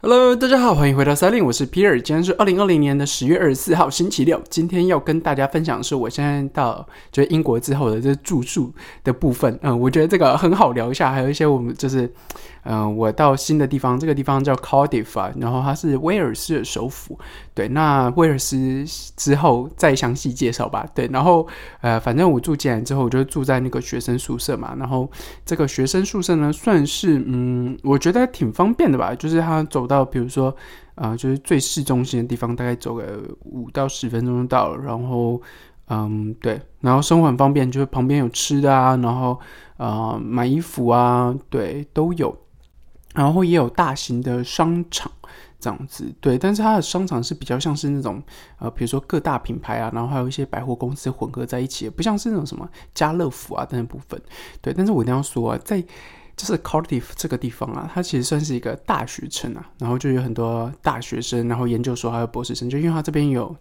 Hello， 大家好，欢迎回到Silent，我是 Peter， 今天是2020年的10月24号，星期六。今天要跟大家分享的是我现在到就是英国之后的这住宿的部分。我觉得这个很好聊一下，还有一些我们就是我到新的地方，这个地方叫 Cardiff 啊，然后它是威尔斯的首府。对，那威尔斯之后再详细介绍吧。对，然后反正我住进来之后，我就住在那个学生宿舍嘛。然后这个学生宿舍呢，算是我觉得挺方便的吧，就是它走到比如说就是最市中心的地方，大概走个5到10分钟就到了。然后对，然后生活很方便，就是旁边有吃的啊，然后买衣服啊，对，都有。然后也有大型的商场这样子，对，但是它的商场是比较像是那种比如说各大品牌啊，然后还有一些百货公司混合在一起的，不像是那种什么家乐福啊等等部分。对，但是我一定要说啊，在就是 Cardiff 这个地方啊，它其实算是一个大学城啊，然后就有很多大学生，然后研究所还有博士生，就因为它这边有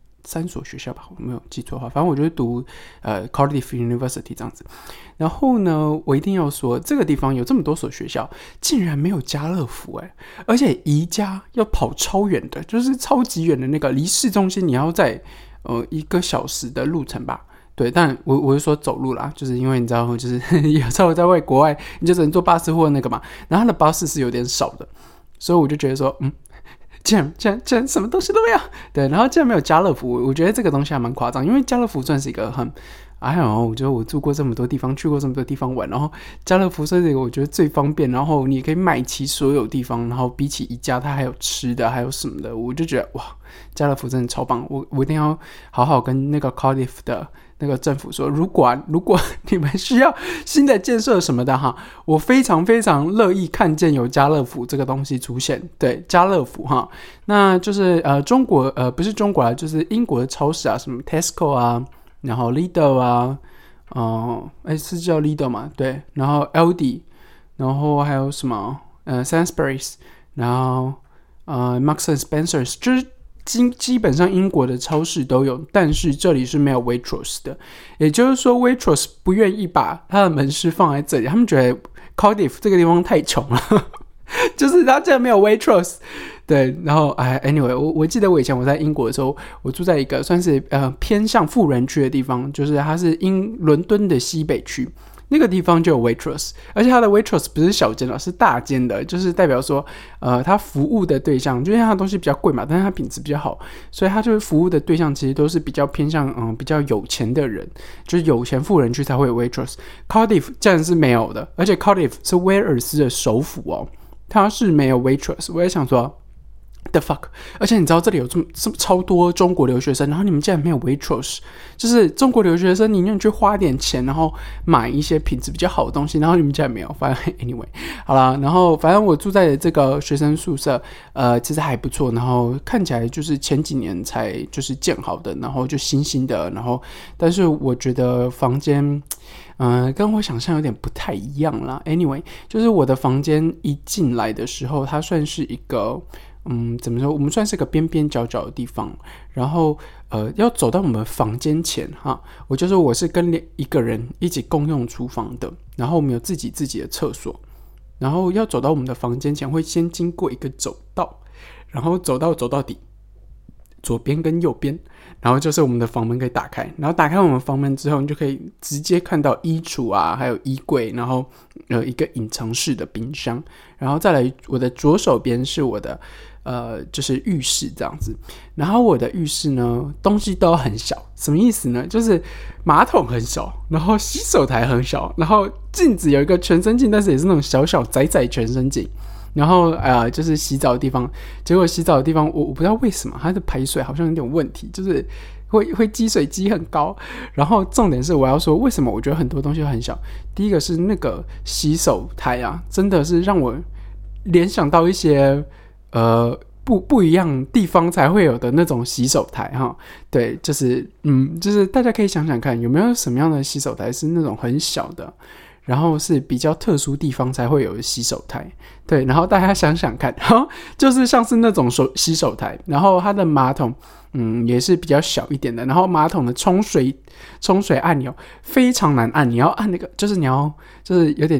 3所学校吧，我没有记错的话，反正我就是读Cardiff University 这样子。然后呢，我一定要说，这个地方有这么多所学校，竟然没有家乐福而且宜家要跑超远的，就是超级远的那个，离市中心你要在1个小时的路程吧。对，但我是说走路啦，就是因为你知道，就是有时候在国外，你就只能坐巴士或那个嘛，然后它的巴士是有点少的，所以我就觉得说，竟然什么东西都没有，对，然后竟然没有家乐福，我觉得这个东西还蛮夸张，因为家乐福算是一个很我觉得我住过这么多地方，去过这么多地方玩，然后家乐福算是一个我觉得最方便，然后你也可以买齐所有地方，然后比起宜家它还有吃的，还有什么的，我就觉得哇，家乐福真的超棒，我一定要好好跟那个 Cardiff 的那个政府说，如果你们需要新的建设什么的哈，我非常非常乐意看见有家乐福这个东西出现。对，家乐福哈，那就是中国不是中国啊，就是英国的超市啊，什么 Tesco 啊，然后 Lidl 啊，是叫 Lidl 嘛？对，然后 Aldi， 然后还有什么Sainsbury's， 然后Marks and Spencers， 就是基本上英国的超市都有，但是这里是没有 Waitrose 的，也就是说 Waitrose 不愿意把他的门市放在这里，他们觉得 Cardiff 这个地方太穷了，就是他竟然没有 Waitrose。对，然后anyway， 我记得我以前我在英国的时候，我住在一个算是偏向富人区的地方，就是它是伦敦的西北区。那个地方就有 Waitrose， 而且它的 Waitrose 不是小间的，是大间的，就是代表说，它服务的对象，就因为它的东西比较贵嘛，但是它品质比较好，所以它就是服务的对象其实都是比较偏向比较有钱的人，就是有钱富人区才会有 Waitrose。Cardiff 竟然是没有的，而且 Cardiff 是威尔斯的首府哦，它是没有 Waitrose。我也想说，the fuck！ 而且你知道这里有这么超多中国留学生，然后你们竟然没有 Waitrose， 就是中国留学生宁愿去花点钱，然后买一些品质比较好的东西，然后你们竟然没有。反正 anyway， 好啦，然后反正我住在这个学生宿舍，其实还不错，然后看起来就是前几年才就是建好的，然后就新的，然后但是我觉得房间。跟我想象有点不太一样啦。Anyway， 就是我的房间一进来的时候，它算是一个怎么说？我们算是个边边角角的地方。然后要走到我们房间前哈，我是跟一个人一起共用厨房的，然后我们有自己的厕所。然后要走到我们的房间前，会先经过一个走道，然后走到底，左边跟右边。然后就是我们的房门可以打开，然后打开我们房门之后，你就可以直接看到衣橱啊，还有衣柜，然后一个隐藏式的冰箱，然后再来我的左手边是我的就是浴室这样子。然后我的浴室呢，东西都很小，什么意思呢？就是马桶很小，然后洗手台很小，然后镜子有一个全身镜，但是也是那种小小窄全身镜。然后就是洗澡的地方，结果洗澡的地方我不知道为什么它的排水好像有点问题，就是会积水积很高。然后重点是我要说为什么我觉得很多东西很小。第一个是那个洗手台啊，真的是让我联想到一些不一样地方才会有的那种洗手台哈。对，就是大家可以想想看，有没有什么样的洗手台是那种很小的，然后是比较特殊地方才会有的洗手台。对，然后大家想想看，就是像是那种洗手台，然后它的马桶也是比较小一点的，然后马桶的冲水按钮非常难按，你要按那个就是你要就是有点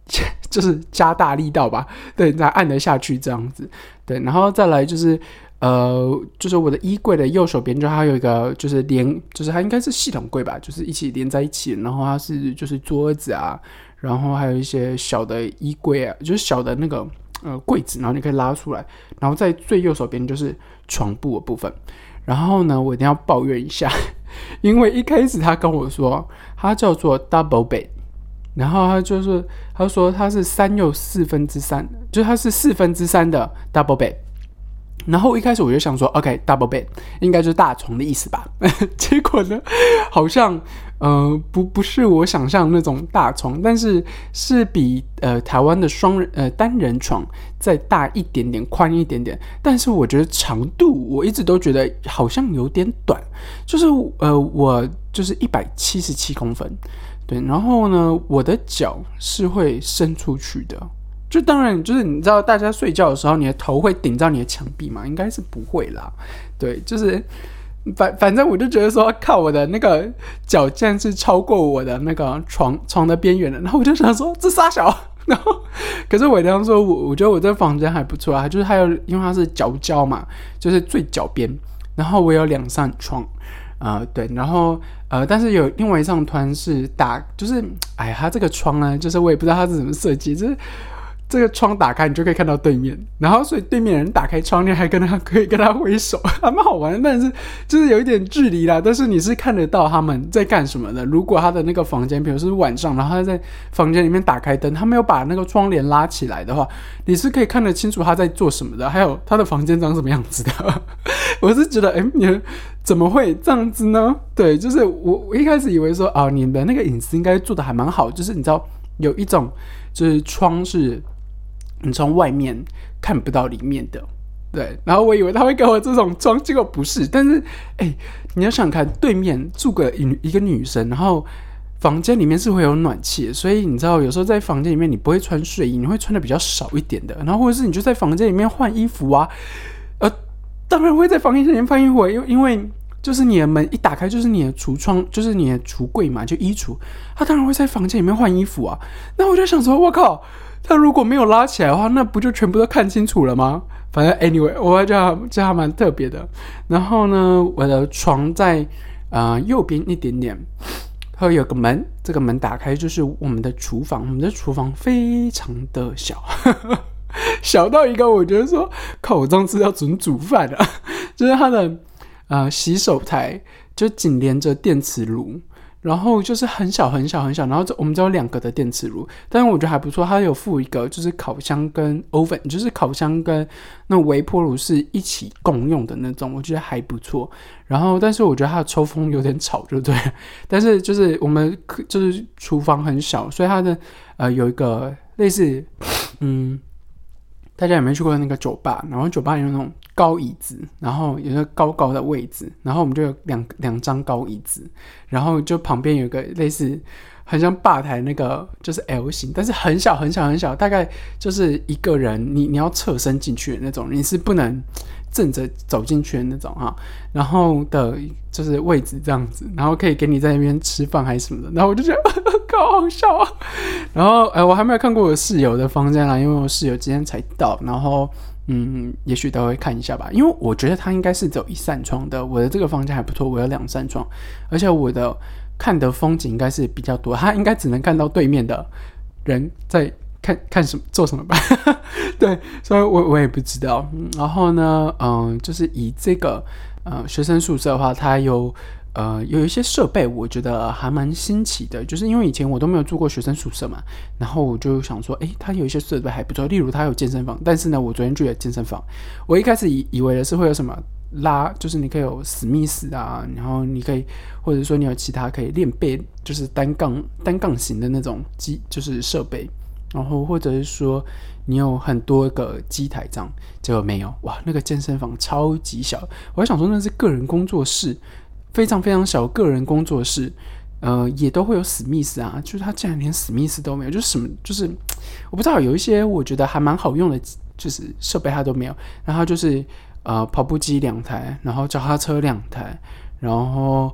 就是加大力道吧，对，才按得下去这样子。对，然后再来就是就是我的衣柜的右手边就还有一个就是就是它应该是系统柜吧，就是一起连在一起，然后它是就是桌子啊，然后还有一些小的衣柜啊，就是小的那个柜子，然后你可以拉出来，然后在最右手边就是床铺的部分。然后呢，我一定要抱怨一下，因为一开始他跟我说它叫做 double bed， 然后他说它是3又3/4，就是它是3/4的 double bed。然后一开始我就想说 OK double bed 应该就是大床的意思吧，结果呢好像不是我想象那种大床，但是是比台湾的单人床再大一点点，宽一点点，但是我觉得长度我一直都觉得好像有点短，就是我就是177公分，对，然后呢我的脚是会伸出去的，就当然就是你知道大家睡觉的时候你的头会顶到你的墙壁吗？应该是不会啦，对，就是反正我就觉得说靠，我的那个脚竟然是超过我的那个床的边缘了，然后我就想说这傻小，然后可是我一定要说我觉得我这房间还不错啊，就是还有因为它是角角嘛，就是最角边，然后我有2扇窗对，然后但是有另外一扇窗是就是它这个窗呢，就是我也不知道它是怎么设计，就是这个窗打开你就可以看到对面，然后所以对面的人打开窗你还可以跟他挥手，还蛮好玩的，但是就是有一点距离啦，但是你是看得到他们在干什么的。如果他的那个房间比如是晚上，然后他在房间里面打开灯，他没有把那个窗帘拉起来的话，你是可以看得清楚他在做什么的，还有他的房间长什么样子的。我是觉得你怎么会这样子呢？对，就是我一开始以为说你的那个隐私应该做的还蛮好，就是你知道有一种就是窗是你从外面看不到里面的，对，然后我以为他会给我这种窗，结果不是。但是你要想想看，对面住个一个女生，然后房间里面是会有暖气的，所以你知道有时候在房间里面你不会穿睡衣，你会穿的比较少一点的，然后或者是你就在房间里面换衣服啊，当然会在房间里面换衣服，因为就是你的门一打开就是你的橱窗，就是你的橱柜嘛，就衣橱，他当然会在房间里面换衣服啊。那我就想说我靠，他如果没有拉起来的话，那不就全部都看清楚了吗？反正 anyway 我觉得还蛮特别的。然后呢，我的床在右边一点点会有个门，这个门打开就是我们的厨房，我们的厨房非常的小小到一个我觉得说靠，我这次要准煮饭了就是它的洗手台就紧连着电磁炉，然后就是很小很小很小，然后我们只有2个的电磁炉，但是我觉得还不错，它有附一个就是烤箱跟 oven， 就是烤箱跟那种微波炉是一起共用的那种，我觉得还不错。然后但是我觉得它的抽风有点吵就对了，但是就是我们就是厨房很小，所以它的有一个类似大家有没有去过那个酒吧？然后酒吧有那种高椅子，然后有一个高高的位置，然后我们就有两张高椅子，然后就旁边有一个类似很像吧台那个就是 L 型，但是很小很小很小，大概就是一个人你要侧身进去的那种，你是不能正着走进去的那种然后的就是位置这样子，然后可以给你在那边吃饭还是什么的，然后我就觉得好好笑啊。然后我还没有看过我室友的房间啦，因为我室友今天才到，然后也许都会看一下吧，因为我觉得他应该是只有1扇窗的，我的这个房间还不错，我有2扇窗，而且我的看的风景应该是比较多，他应该只能看到对面的人在看什么做什么吧对，所以我也不知道。然后呢就是以这个学生宿舍的话，它有一些设备我觉得还蛮新奇的，就是因为以前我都没有住过学生宿舍嘛，然后我就想说它有一些设备还不错，例如它有健身房，但是呢我昨天去了健身房，我一开始以为的是会有什么就是你可以有史密斯啊，然后你可以或者说你有其他可以练背，就是单杠型的那种就是设备，然后或者是说你有很多个机台这样，结果没有，哇，那个健身房超级小，我还想说那是个人工作室，非常非常小的个人工作室，也都会有史密斯啊，就是他竟然连史密斯都没有，就是什么，就是我不知道，有一些我觉得还蛮好用的，就是设备他都没有，然后就是跑步机2台，然后脚踏车2台，然后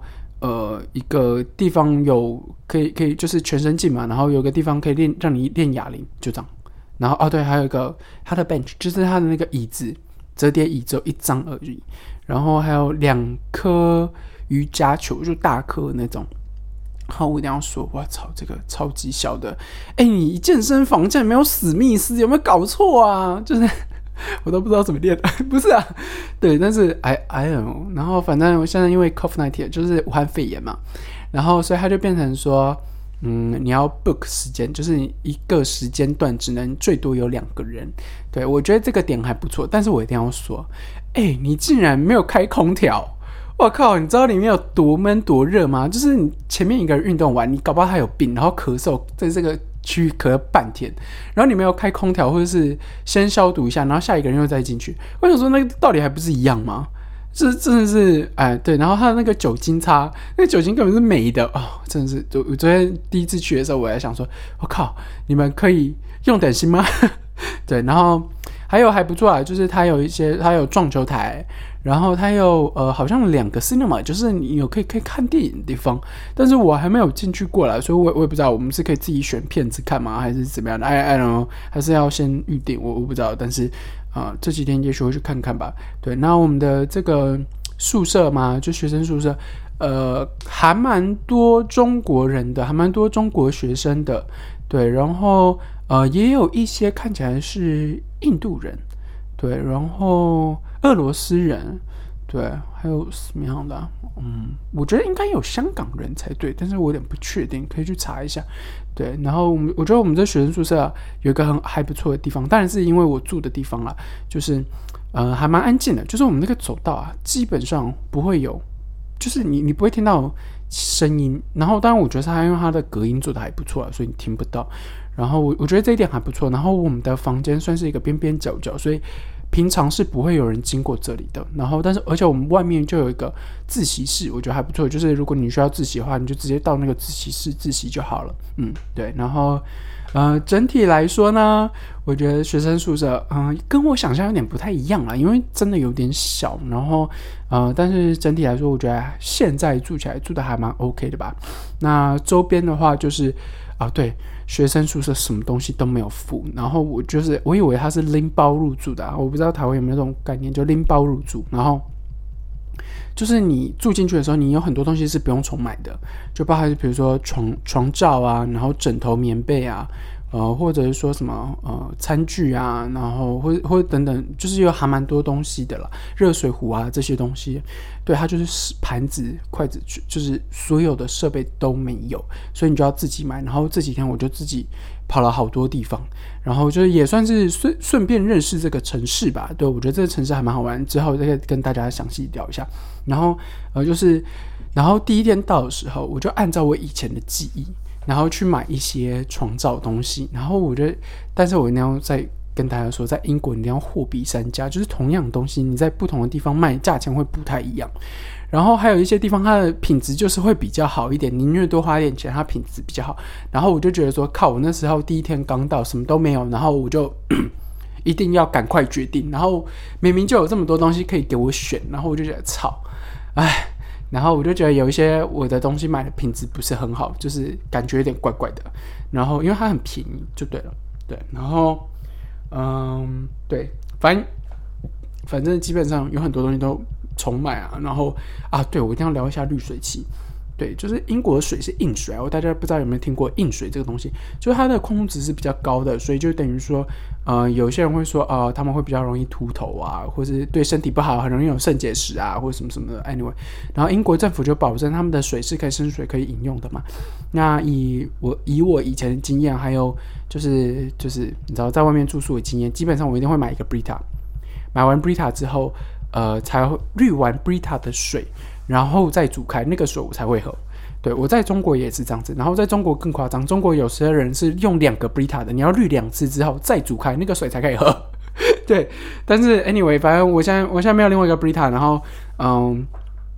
一个地方有可以就是全身镜嘛，然后有个地方可以让你练哑铃，就这样。然后对，还有一个他的 bench， 就是他的那个椅子，折叠椅只有1张而已。然后还有2颗瑜伽球，就大颗那种。好，我一定要说，我操，这个超级小的。你健身房竟然没有史密斯，有没有搞错啊？就是我都不知道怎么练，不是啊？对，但是 I don't know。然后反正我现在因为 COVID-19 就是武汉肺炎嘛，然后所以他就变成说，你要 book 时间，就是你一个时间段只能最多有2个人。对，我觉得这个点还不错，但是我一定要说，你竟然没有开空调。我靠，你知道里面有多闷多热吗？就是你前面一个人运动完，你搞不好他有病，然后咳嗽，在这个区域咳了半天，然后你没有开空调，或者是先消毒一下，然后下一个人又再进去。我想说，那个道理还不是一样吗？这真的是，对，然后他的那个酒精擦，那个酒精根本是没的哦，真的是。我昨天第一次去的时候，我还想说，我靠，你们可以用点心吗？对，然后还有还不错啊，就是它有撞球台。然后它有好像2个 cinema， 就是你有可以看电影的地方，但是我还没有进去过来，所以我也不知道我们是可以自己选片子看吗，还是怎么样的 I don't know， 还是要先预定，我不知道，但是这几天也许会去看看吧。对，那我们的这个宿舍嘛，就学生宿舍，还蛮多中国人的，还蛮多中国学生的，对，然后也有一些看起来是印度人，对，然后俄罗斯人，对，还有什么样的我觉得应该有香港人才对，但是我有点不确定，可以去查一下。对，然后我觉得我们这学生宿舍有一个还不错的地方，当然是因为我住的地方啦，就是还蛮安静的，就是我们那个走道啊，基本上不会有，就是你不会听到声音，然后当然我觉得它因为它的隔音做的还不错啦，所以你听不到。然后我觉得这一点还不错，然后我们的房间算是一个边边角角，所以平常是不会有人经过这里的。然后但是而且我们外面就有一个自习室，我觉得还不错，就是如果你需要自习的话，你就直接到那个自习室自习就好了。对，然后整体来说呢，我觉得学生宿舍跟我想象有点不太一样啦，因为真的有点小，然后但是整体来说我觉得现在住起来住的还蛮 OK 的吧。那周边的话就是对，学生宿舍什么东西都没有付，然后我以为他是拎包入住的我不知道台湾有没有这种概念，就拎包入住，然后就是你住进去的时候，你有很多东西是不用重买的，就包含比如说床罩啊，然后枕头、棉被啊，或者是说什么餐具啊，然后或者等等，就是有还蛮多东西的啦，热水壶啊这些东西，对，它就是盘子、筷子，就是所有的设备都没有，所以你就要自己买。然后这几天我就自己跑了好多地方，然后就是也算是顺便认识这个城市吧。对，我觉得这个城市还蛮好玩，之后再跟大家详细聊一下。然后然后第一天到的时候，我就按照我以前的记忆，然后去买一些床罩东西。然后但是我一定要再跟大家说，在英国你一定要货比三家，就是同样的东西你在不同的地方卖，价钱会不太一样。然后还有一些地方它的品质就是会比较好一点，宁愿多花一点钱，它品质比较好。然后我就觉得说，靠，我那时候第一天刚到，什么都没有，然后我就一定要赶快决定。然后明明就有这么多东西可以给我选，然后我就觉得操，然后我就觉得有一些我的东西买的品质不是很好，就是感觉有点怪怪的。然后因为它很便宜就对了，对，然后对，反正基本上有很多东西都重买啊。然后对，我一定要聊一下滤水器。对，就是英国的水是硬水大家不知道有没有听过硬水这个东西，就是它的矿物质是比较高的，所以就等于说有些人会说他们会比较容易秃头啊，或是对身体不好，很容易有肾结石啊，或者什么什么的 anyway。 然后英国政府就保证他们的水是可以生水可以饮用的嘛。那以我以前的经验，还有就是你知道在外面住宿的经验，基本上我一定会买一个 Brita， 买完 Brita 之后才会滤完 Brita 的水，然后再煮开那个水我才会喝。对，我在中国也是这样子，然后在中国更夸张，中国有些人是用2个 Brita 的，你要滤2次之后再煮开那个水才可以喝。对，但是 anyway， 反正我现在没有另外一个 Brita， 然后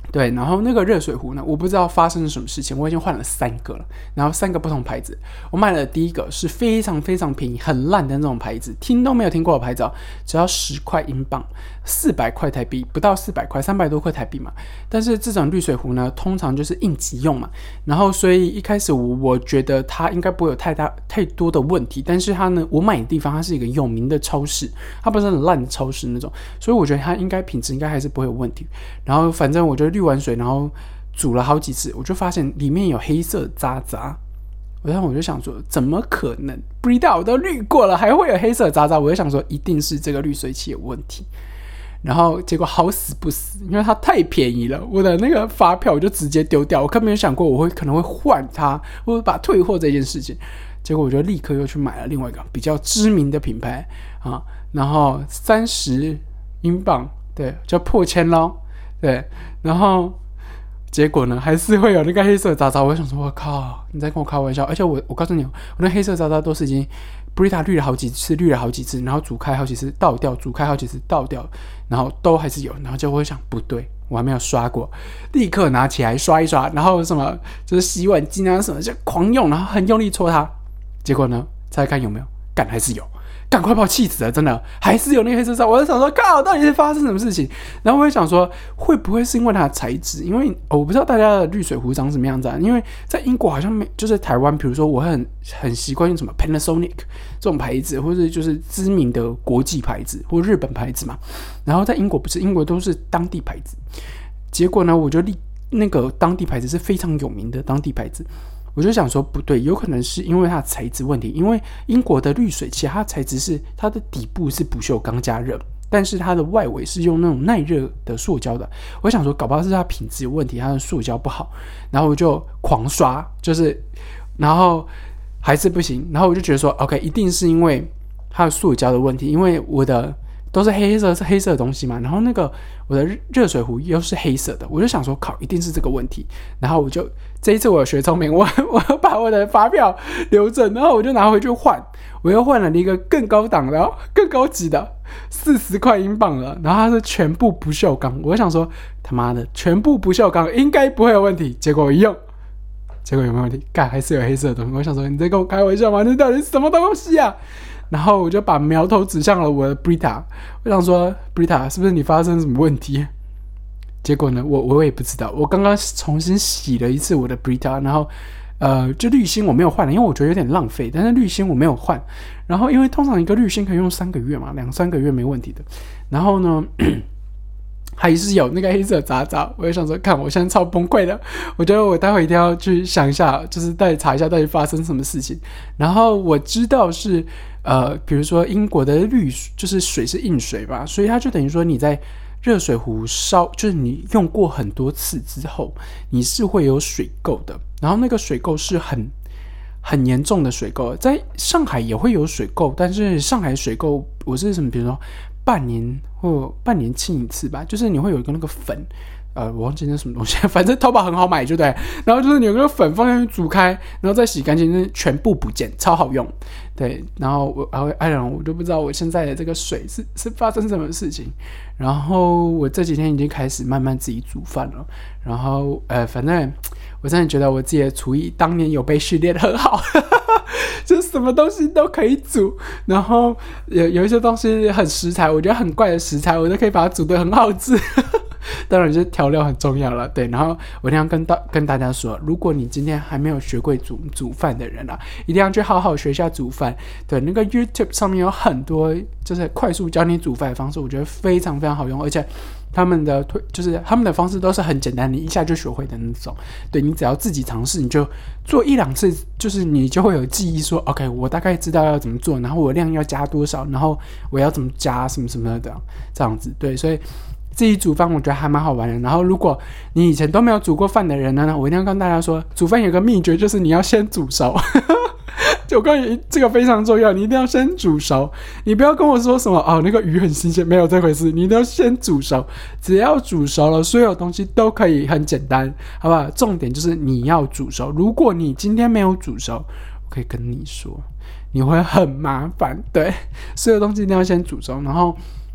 对，然后那个热水壶呢，我不知道发生了什么事情，我已经换了3个了，然后3个不同牌子。我买了第一个是非常非常便宜、很烂的那种牌子，听都没有听过的牌子哦，只要10块英镑，400块台币，不到400块，300多块台币嘛。但是这种滤水壶呢，通常就是应急用嘛，然后所以一开始我觉得它应该不会有太多的问题，但是它呢，我买的地方它是一个有名的超市，它不是很烂的超市那种，所以我觉得它应该品质应该还是不会有问题。然后反正我就滤完水，然后煮了好几次，我就发现里面有黑色渣渣。然后我就想说，怎么可能 ？Brita 我都滤过了，还会有黑色渣渣？我就想说，一定是这个滤水器有问题。然后结果好死不死，因为它太便宜了，我的那个发票我就直接丢掉，我根本没有想过我可能会换它，或者把它退货这件事情。结果我就立刻又去买了另外一个比较知名的品牌啊，然后30英镑，对，就破千咯。对，然后结果呢，还是会有那个黑色渣渣。我想说，我靠，你在跟我开玩笑！而且我告诉你，我那黑色渣渣都是已经 Brita 滤了好几次，然后煮开好几次倒掉，煮开好几次倒掉，然后都还是有。然后就会想，不对，我还没有刷过，立刻拿起来刷一刷，然后什么就是洗碗巾啊什么就狂用，然后很用力搓它。结果呢，猜看有没有？干还是有。赶快把我气死了，真的还是有那个黑色渣。我就想说，靠，到底是发生什么事情？然后我也想说，会不会是因为它的材质？因为我不知道大家的滤水壶长什么样子啊。因为在英国好像没，就是台湾，比如说我很习惯用什么 Panasonic 这种牌子，或者就是知名的国际牌子或日本牌子嘛。然后在英国不是，英国都是当地牌子。结果呢，我就那个当地牌子是非常有名的当地牌子。我就想说不对，有可能是因为它的材质问题，因为英国的滤水器它的材质是它的底部是不锈钢加热，但是它的外围是用那种耐热的塑胶的。我想说搞不好是它品质有问题，它的塑胶不好，然后我就狂刷，然后还是不行，然后我就觉得说 OK 一定是因为它的塑胶的问题，因为我的都是黑色的东西嘛，然后那个我的热水壶又是黑色的，我就想说靠，一定是这个问题。然后这一次我有学聪明，我把我的发票留着，然后我就拿回去换，我又换了一个更高档的、更高级的40块英镑了，然后它是全部不锈钢。我想说他妈的全部不锈钢应该不会有问题，结果我一用，结果有没有问题？干，还是有黑色的东西。我想说你在跟我开玩笑吗？这到底是什么东西啊？然后我就把苗头指向了我的 Brita， 我想说 Brita 是不是你发生什么问题？结果呢，我也不知道。我刚刚重新洗了一次我的 Brita， 然后就滤芯我没有换了，因为我觉得有点浪费。但是滤芯我没有换，然后因为通常一个滤芯可以用3个月嘛，2-3个月没问题的。然后呢，还是有那个黑色渣渣，我就想说，看我现在超崩溃的。我觉得我待会一定要去想一下，就是再查一下到底发生什么事情。然后我知道是比如说英国的就是水是硬水吧，所以它就等于说你在热水壶就是你用过很多次之后，你是会有水垢的。然后那个水垢是很严重的水垢，在上海也会有水垢，但是上海水垢我是什么？比如说半年清一次吧，就是你会有一个那个粉。我忘记那什么东西，反正淘宝很好买，就对。然后就是你有个粉放进去煮开，然后再洗干净，全部不见，超好用。对，然后我就不知道我现在的这个水是发生什么事情。然后我这几天已经开始慢慢自己煮饭了。然后反正我真的觉得我自己的厨艺当年有被训练得很好，就什么东西都可以煮。然后有一些东西很食材，我觉得很怪的食材，我都可以把它煮得很好吃。当然就是调料很重要了，对。然后我一定要跟大家说，如果你今天还没有学会煮饭的人啊，一定要去好好学一下煮饭。对，那个 YouTube 上面有很多就是快速教你煮饭的方式，我觉得非常非常好用，而且他们的方式都是很简单，你一下就学会的那种。对，你只要自己尝试，你就做1-2次，就是你就会有记忆说 OK 我大概知道要怎么做，然后我量要加多少，然后我要怎么加什么什么的，这样子。对，所以自己煮饭我觉得还蛮好玩的。然后如果你以前都没有煮过饭的人呢，我一定要跟大家说，煮饭有个秘诀，就是你要先煮熟。就关于这个非常重要，你一定要先煮熟。你不要跟我说什么那个鱼很新鲜，没有这回事，你一定要先煮熟。只要煮熟了，所有东西都可以很简单，好不好？重点就是你要煮熟。如果你今天没有煮熟，我可以跟你说，你会很麻烦。对，所有东西一定要先煮熟。然后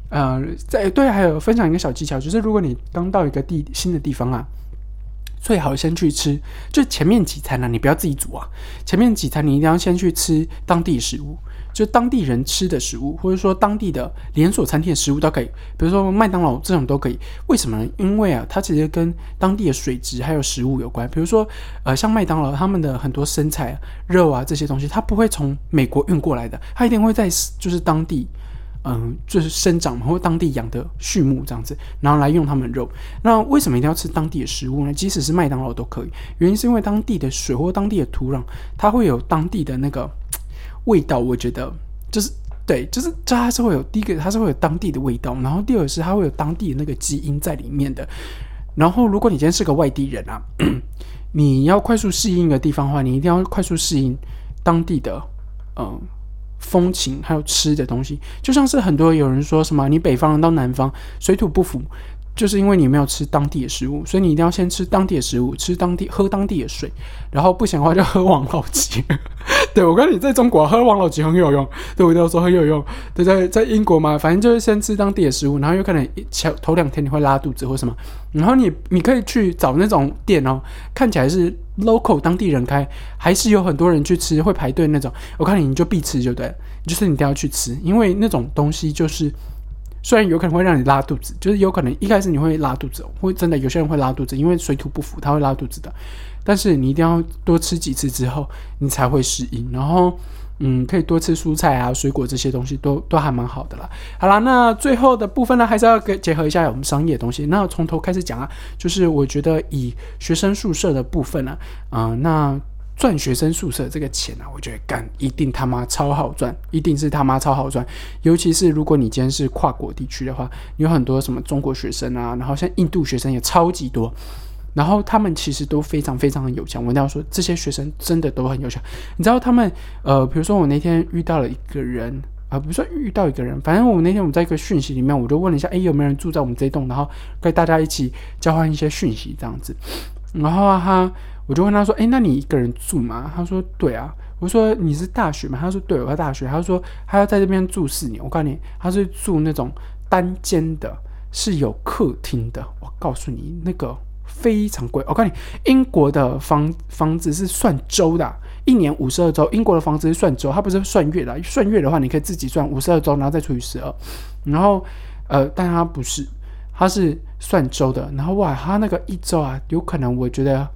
还有分享一个小技巧，就是如果你刚到一个新的地方啊，最好先去吃，就前面几餐啊，你不要自己煮啊。前面几餐你一定要先去吃当地食物，就当地人吃的食物，或者说当地的连锁餐厅的食物都可以，比如说麦当劳这种都可以。为什么呢？因为啊，它其实跟当地的水质还有食物有关。比如说，像麦当劳他们的很多生菜、肉啊这些东西，它不会从美国运过来的，它一定会在就是当地。就是生长或当地养的畜牧这样子，然后来用他们肉。那为什么一定要吃当地的食物呢？即使是麦当劳都可以，原因是因为当地的水或当地的土壤，它会有当地的那个味道。我觉得就是对，就是它是会有第一个，它是会有当地的味道，然后第二个是它会有当地的那个基因在里面的。然后如果你今天是个外地人啊，你要快速适应一个地方的话，你一定要快速适应当地的风情还有吃的东西。就像是很多有人说什么你北方人到南方水土不服，就是因为你没有吃当地的食物，所以你一定要先吃当地的食物，喝当地的水，然后不行的话就喝王老吉。对，我跟你在中国喝王老吉很有用，对，我都说很有用。对，在英国嘛，反正就是先吃当地的食物，然后有可能头2天你会拉肚子或什么，然后你可以去找那种店哦，看起来是 local 当地人开，还是有很多人去吃，会排队那种。我看你就必吃就对了，就是你一定要去吃，因为那种东西就是虽然有可能会让你拉肚子，就是有可能一开始你会拉肚子，会真的有些人会拉肚子，因为水土不服他会拉肚子的。但是你一定要多吃几次之后，你才会适应。然后可以多吃蔬菜啊、水果这些东西都还蛮好的啦。好啦，那最后的部分呢，还是要结合一下我们商业的东西。那从头开始讲啊，就是我觉得以学生宿舍的部分啊，那赚学生宿舍这个钱啊，我觉得一定他妈超好赚，一定是他妈超好赚。尤其是如果你今天是跨国地区的话，有很多什么中国学生啊，然后像印度学生也超级多。然后他们其实都非常非常的有钱，我一定要说，这些学生真的都很有钱。你知道他们比如说我那天遇到了一个人，不是遇到一个人，反正我那天我们在一个讯息里面，我就问了一下，有没有人住在我们这一栋，然后跟大家一起交换一些讯息这样子。然后我就问他说，那你一个人住吗？他说对啊。我说你是大学吗？他说对，我在大学。他说他要在这边住4年。我告诉你，他是住那种单间的，是有客厅的。我告诉你那个非常贵。我告诉你，英国的房子是算周的，1年52周。英国的房子是算周，它不是算月的。算月的话，你可以自己算52周，然后再除以12。然后但它不是，它是算周的。然后哇，它那个1周啊，有可能我觉得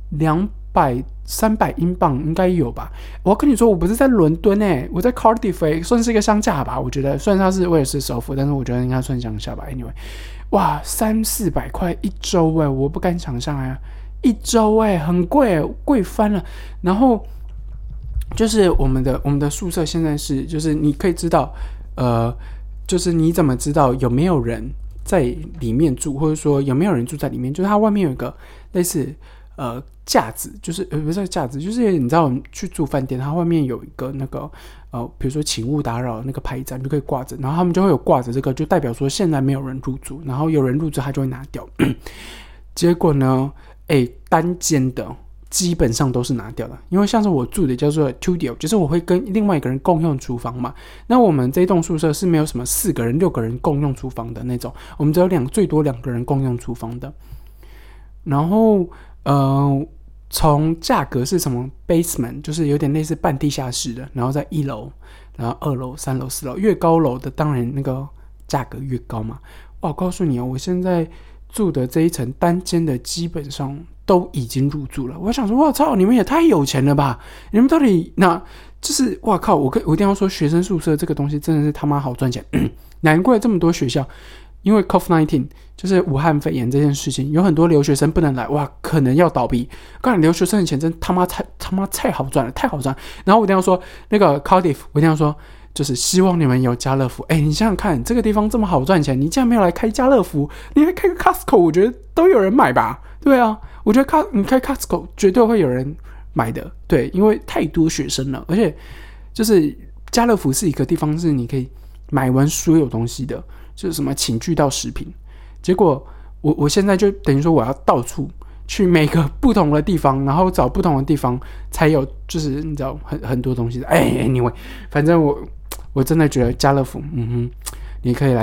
200-300英镑应该有吧。我跟你说，我不是在伦敦我在 Cardiff 算是一个乡下吧。我觉得虽然它是威尔士首府，但是我觉得应该算乡下吧。Anyway。哇，300-400块1周我不敢想象1周很贵贵翻了。然后就是我们的宿舍现在是，就是你可以知道，就是你怎么知道有没有人在里面住，或者说有没有人住在里面？就是它外面有一个类似架子，就是不是架子，就是你知道我们去住饭店，它外面有一个那个比如说请勿打扰那个牌子，你就可以挂着，然后他们就会有挂着这个，就代表说现在没有人入住，然后有人入住他就会拿掉。结果呢，单间的基本上都是拿掉的，因为像是我住的叫做 studio， 就是我会跟另外一个人共用厨房嘛。那我们这一栋宿舍是没有什么4个人、6个人共用厨房的那种，我们只有最多2个人共用厨房的。然后从价格是什么 basement， 就是有点类似半地下室的，然后在1楼，然后2楼、3楼、4楼，越高楼的当然那个价格越高嘛。哇，我告诉你我现在住的这一层单间的基本上都已经入住了。我想说，哇操，你们也太有钱了吧！你们到底就是哇靠，我一定要说，学生宿舍这个东西真的是他妈好赚钱。难怪这么多学校。因为 COVID-19 就是武汉肺炎这件事情，有很多留学生不能来，哇，可能要倒闭。刚才留学生的钱真他妈太好赚了，太好赚。然后我一定要说，那个 Cardiff， 我一定要说，就是希望你们有家乐福。你想想看，这个地方这么好赚钱，你竟然没有来开家乐福，你还开个 Costco， 我觉得都有人买吧？对啊，我觉得你开 Costco 绝对会有人买的，对，因为太多学生了，而且就是家乐福是一个地方是你可以买完所有东西的。就是什么寝具到食品，结果我现在就等于说我要到处去每个不同的地方，然后找不同的地方才有，就是你知道很多东西的。anyway， 反正我真的觉得家乐福，你可以来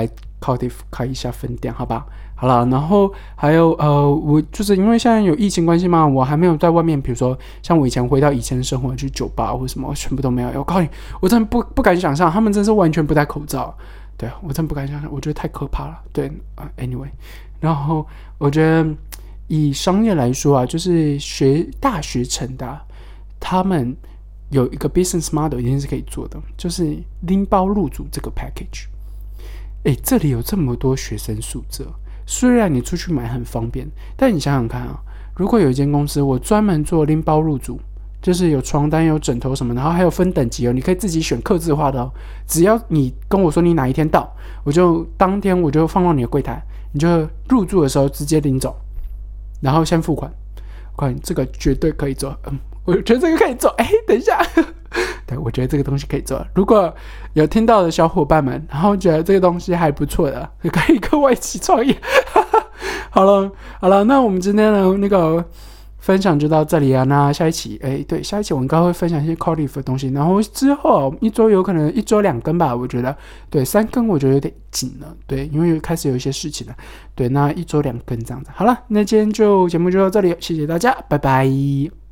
Cardiff 开一下分店，好吧？好了，然后还有我就是因为现在有疫情关系嘛，我还没有在外面，比如说像我以前回到以前的生活去酒吧或什么，全部都没有。我告诉你，我真的不敢想象，他们真是完全不戴口罩。对，我真不敢想象，我觉得太可怕了。对，anyway， 然后我觉得以商业来说啊，就是大学城的他们有一个 business model 一定是可以做的，就是拎包入住这个 package。这里有这么多学生宿舍，虽然你出去买很方便，但你想想看啊，如果有一间公司我专门做拎包入住，就是有床单有枕头什么，然后还有分等级哦，你可以自己选客制化的哦。只要你跟我说你哪一天到，当天我就放到你的柜台，你就入住的时候直接领走，然后先付款。我告诉你，这个绝对可以做。我觉得这个可以做。等一下，对，我觉得这个东西可以做。如果有听到的小伙伴们，然后觉得这个东西还不错的，可以跟我一起创业。好了，那我们今天的那个分享就到这里啊。那下一期，对，下一期我应该会分享一些 Cardiff 的东西，然后之后一周有可能1周2更吧，我觉得，对，3更我觉得有点紧了，对，因为开始有一些事情了，对，那1周2更这样子。好了，那今天节目就到这里，谢谢大家，拜拜。